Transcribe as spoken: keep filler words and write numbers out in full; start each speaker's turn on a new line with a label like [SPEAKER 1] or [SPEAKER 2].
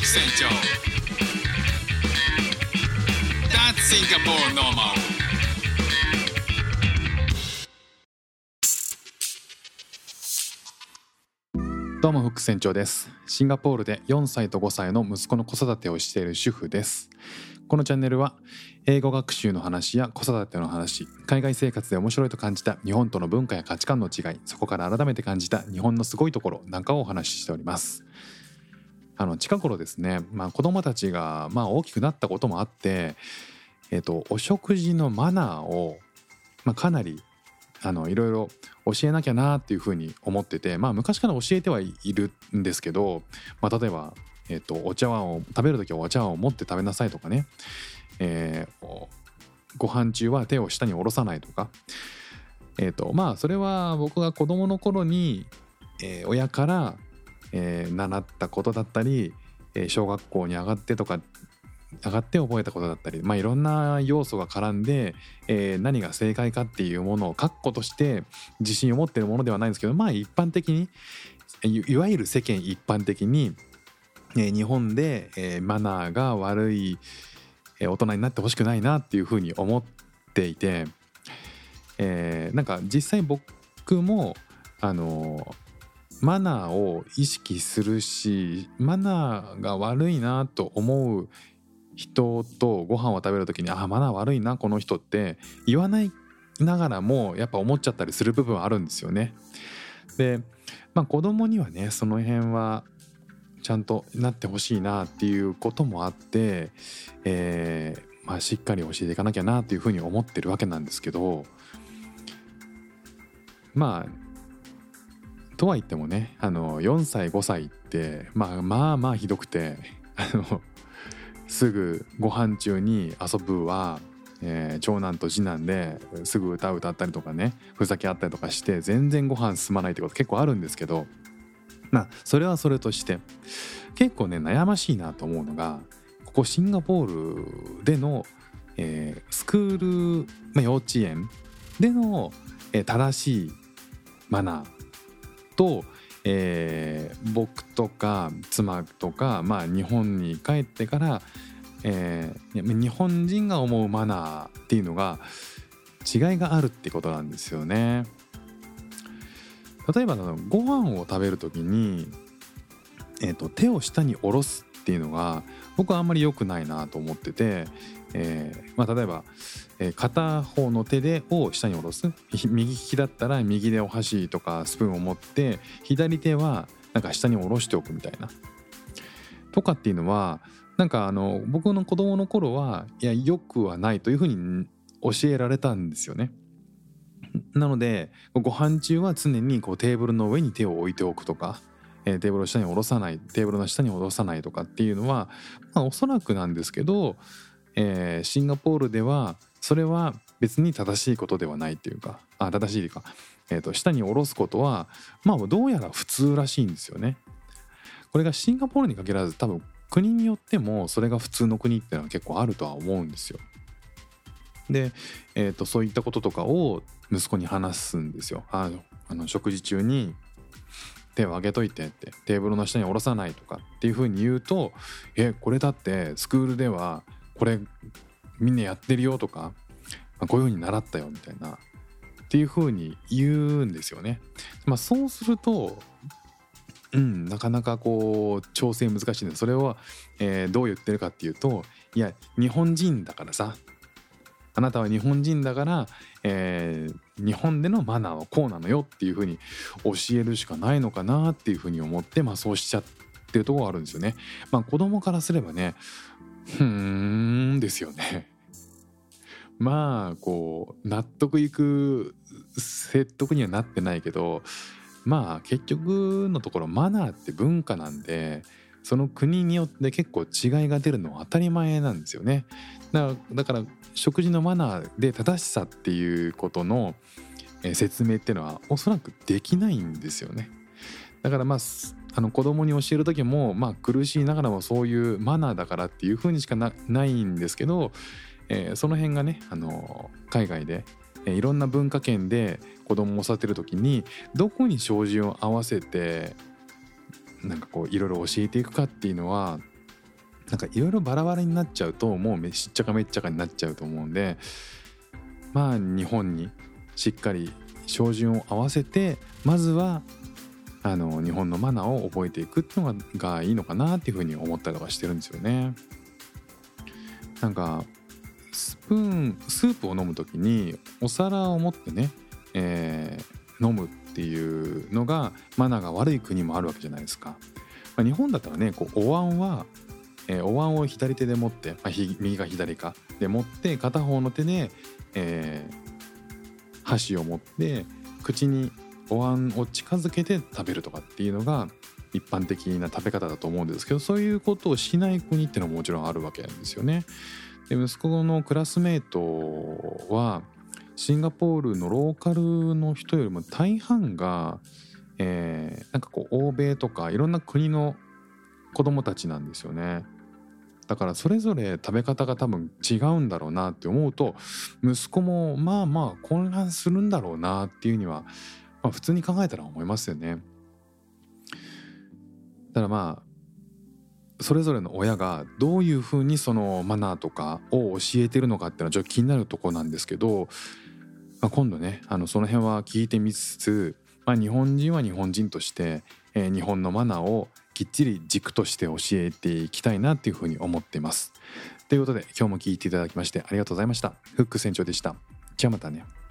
[SPEAKER 1] 船長 That's Singapore normal。
[SPEAKER 2] どうも副船長です。シンガポールでよんさいとごさいの息子の子育てをしている主婦です。このチャンネルは英語学習の話や子育ての話、海外生活で面白いと感じた日本との文化や価値観の違い、そこから改めて感じた日本のすごいところなんかをお話ししております。あの近頃ですね、まあ、子供たちがまあ大きくなったこともあって、えっと、お食事のマナーを、まあ、かなりあのいろいろ教えなきゃなっていうふうに思ってて、まあ昔から教えてはいるんですけど、まあ、例えば、えっと、お茶碗を食べるときはお茶碗を持って食べなさいとかね、えー、ご飯中は手を下に下ろさないとか、えっとまあそれは僕が子供の頃に、えー、親からえー、習ったことだったり、えー、小学校に上がってとか上がって覚えたことだったり、まあ、いろんな要素が絡んで、えー、何が正解かっていうものを確固として自信を持っているものではないんですけど、まあ一般的に い, いわゆる世間一般的に、えー、日本で、えー、マナーが悪い、えー、大人になってほしくないなっていうふうに思っていて、えー、なんか実際僕もあのーマナーを意識するし、マナーが悪いなと思う人とご飯を食べるときに、あ、マナー悪いなこの人って言わないながらもやっぱ思っちゃったりする部分はあるんですよね。で、まあ子供にはねその辺はちゃんとなってほしいなっていうこともあって、えーまあ、しっかり教えていかなきゃなっていうふうに思ってるわけなんですけど、まあとは言ってもね、あのよんさいごさいって、まあ、まあまあひどくて、あのすぐご飯中に遊ぶは、えー、長男と次男ですぐ歌を歌ったりとかね、ふざけ合ったりとかして全然ご飯進まないってこと結構あるんですけど、まあそれはそれとして結構ね悩ましいなと思うのが、ここシンガポールでの、えー、スクール、まあ、幼稚園での、えー、正しいマナーと、えー、僕とか妻とか、まあ、日本に帰ってから、えー、日本人が思うマナーっていうのが違いがあるってことなんですよね。例えばご飯を食べるときに、えーと、手を下に下ろすっていうのが僕はあんまり良くないなと思ってて、えーまあ、例えば、えー、片方の手でを下に下ろす、右利きだったら右でお箸とかスプーンを持って左手はなんか下に下ろしておくみたいなとかっていうのはなんかあの僕の子供の頃はいや良くはないというふうに教えられたんですよね。なのでご飯中は常にこうテーブルの上に手を置いておくとか、えー、テーブルの下に下ろさない、テーブルの下に下ろさないとかっていうのは、まあ、おそらくなんですけど、えー、シンガポールではそれは別に正しいことではないっていうか、あ正しいか、えーと、下に下ろすことはまあどうやら普通らしいんですよね。これがシンガポールに限らず多分国によってもそれが普通の国っていうのは結構あるとは思うんですよ。で、えーと、そういったこととかを息子に話すんですよ。あの、あの食事中に手を上げといてってテーブルの下に下ろさないとかっていう風に言うと、えこれだってスクールではこれみんなやってるよとか、まあ、こういう風に習ったよみたいなっていう風に言うんですよね。まあそうすると、うん、なかなかこう調整難しいんで、それは、えー、どう言ってるかっていうと、いや日本人だからさ、あなたは日本人だから、えー、日本でのマナーはこうなのよっていう風に教えるしかないのかなっていう風に思って、まあそうしちゃってるところがあるんですよね。まあ子供からすればね、ふーんですよね。まあこう納得いく説得にはなってないけど、まあ結局のところマナーって文化なんで、その国によって結構違いが出るのは当たり前なんですよね。だから、だから食事のマナーで正しさっていうことの説明っていうのはおそらくできないんですよね。だからまああの子供に教える時もまあ苦しいながらもそういうマナーだからっていう風にしか な, ないんですけど、えー、その辺がね、あの海外で、えー、いろんな文化圏で子供を育てる時にどこに照準を合わせてなんかこういろいろ教えていくかっていうのはなんかいろいろバラバラになっちゃうともうめしっちゃかめっちゃかになっちゃうと思うんで、まあ日本にしっかり照準を合わせてまずはあの日本のマナーを覚えていくっていうのが、がいいのかなっていうふうに思ったりとかしてるんですよね。なんかスプーンスープを飲む時にお皿を持ってね、えー飲むっていうのがマナーが悪い国もあるわけじゃないですか。まあ、日本だったらねこうお椀は、えーお椀を左手で持って、まあ、ひ右か左かで持って片方の手で、えー箸を持って口にお椀を近づけて食べるとかっていうのが一般的な食べ方だと思うんですけど、そういうことをしない国っていうのももちろんあるわけなんですよね。で息子のクラスメートはシンガポールのローカルの人よりも大半が、えーなんかこう欧米とかいろんな国の子供たちなんですよね。だからそれぞれ食べ方が多分違うんだろうなって思うと、息子もまあまあ混乱するんだろうなっていうには、まあ、普通に考えたら思いますよね。だからまあそれぞれの親がどういうふうにそのマナーとかを教えてるのかっていうのはちょっと気になるところなんですけど、まあ、今度ねあのその辺は聞いてみつつ、まあ、日本人は日本人として、えー日本のマナーをきっちり軸として教えていきたいなっていうふうに思っています。ということで今日も聞いていただきましてありがとうございました。フック船長でした。じゃあまたね。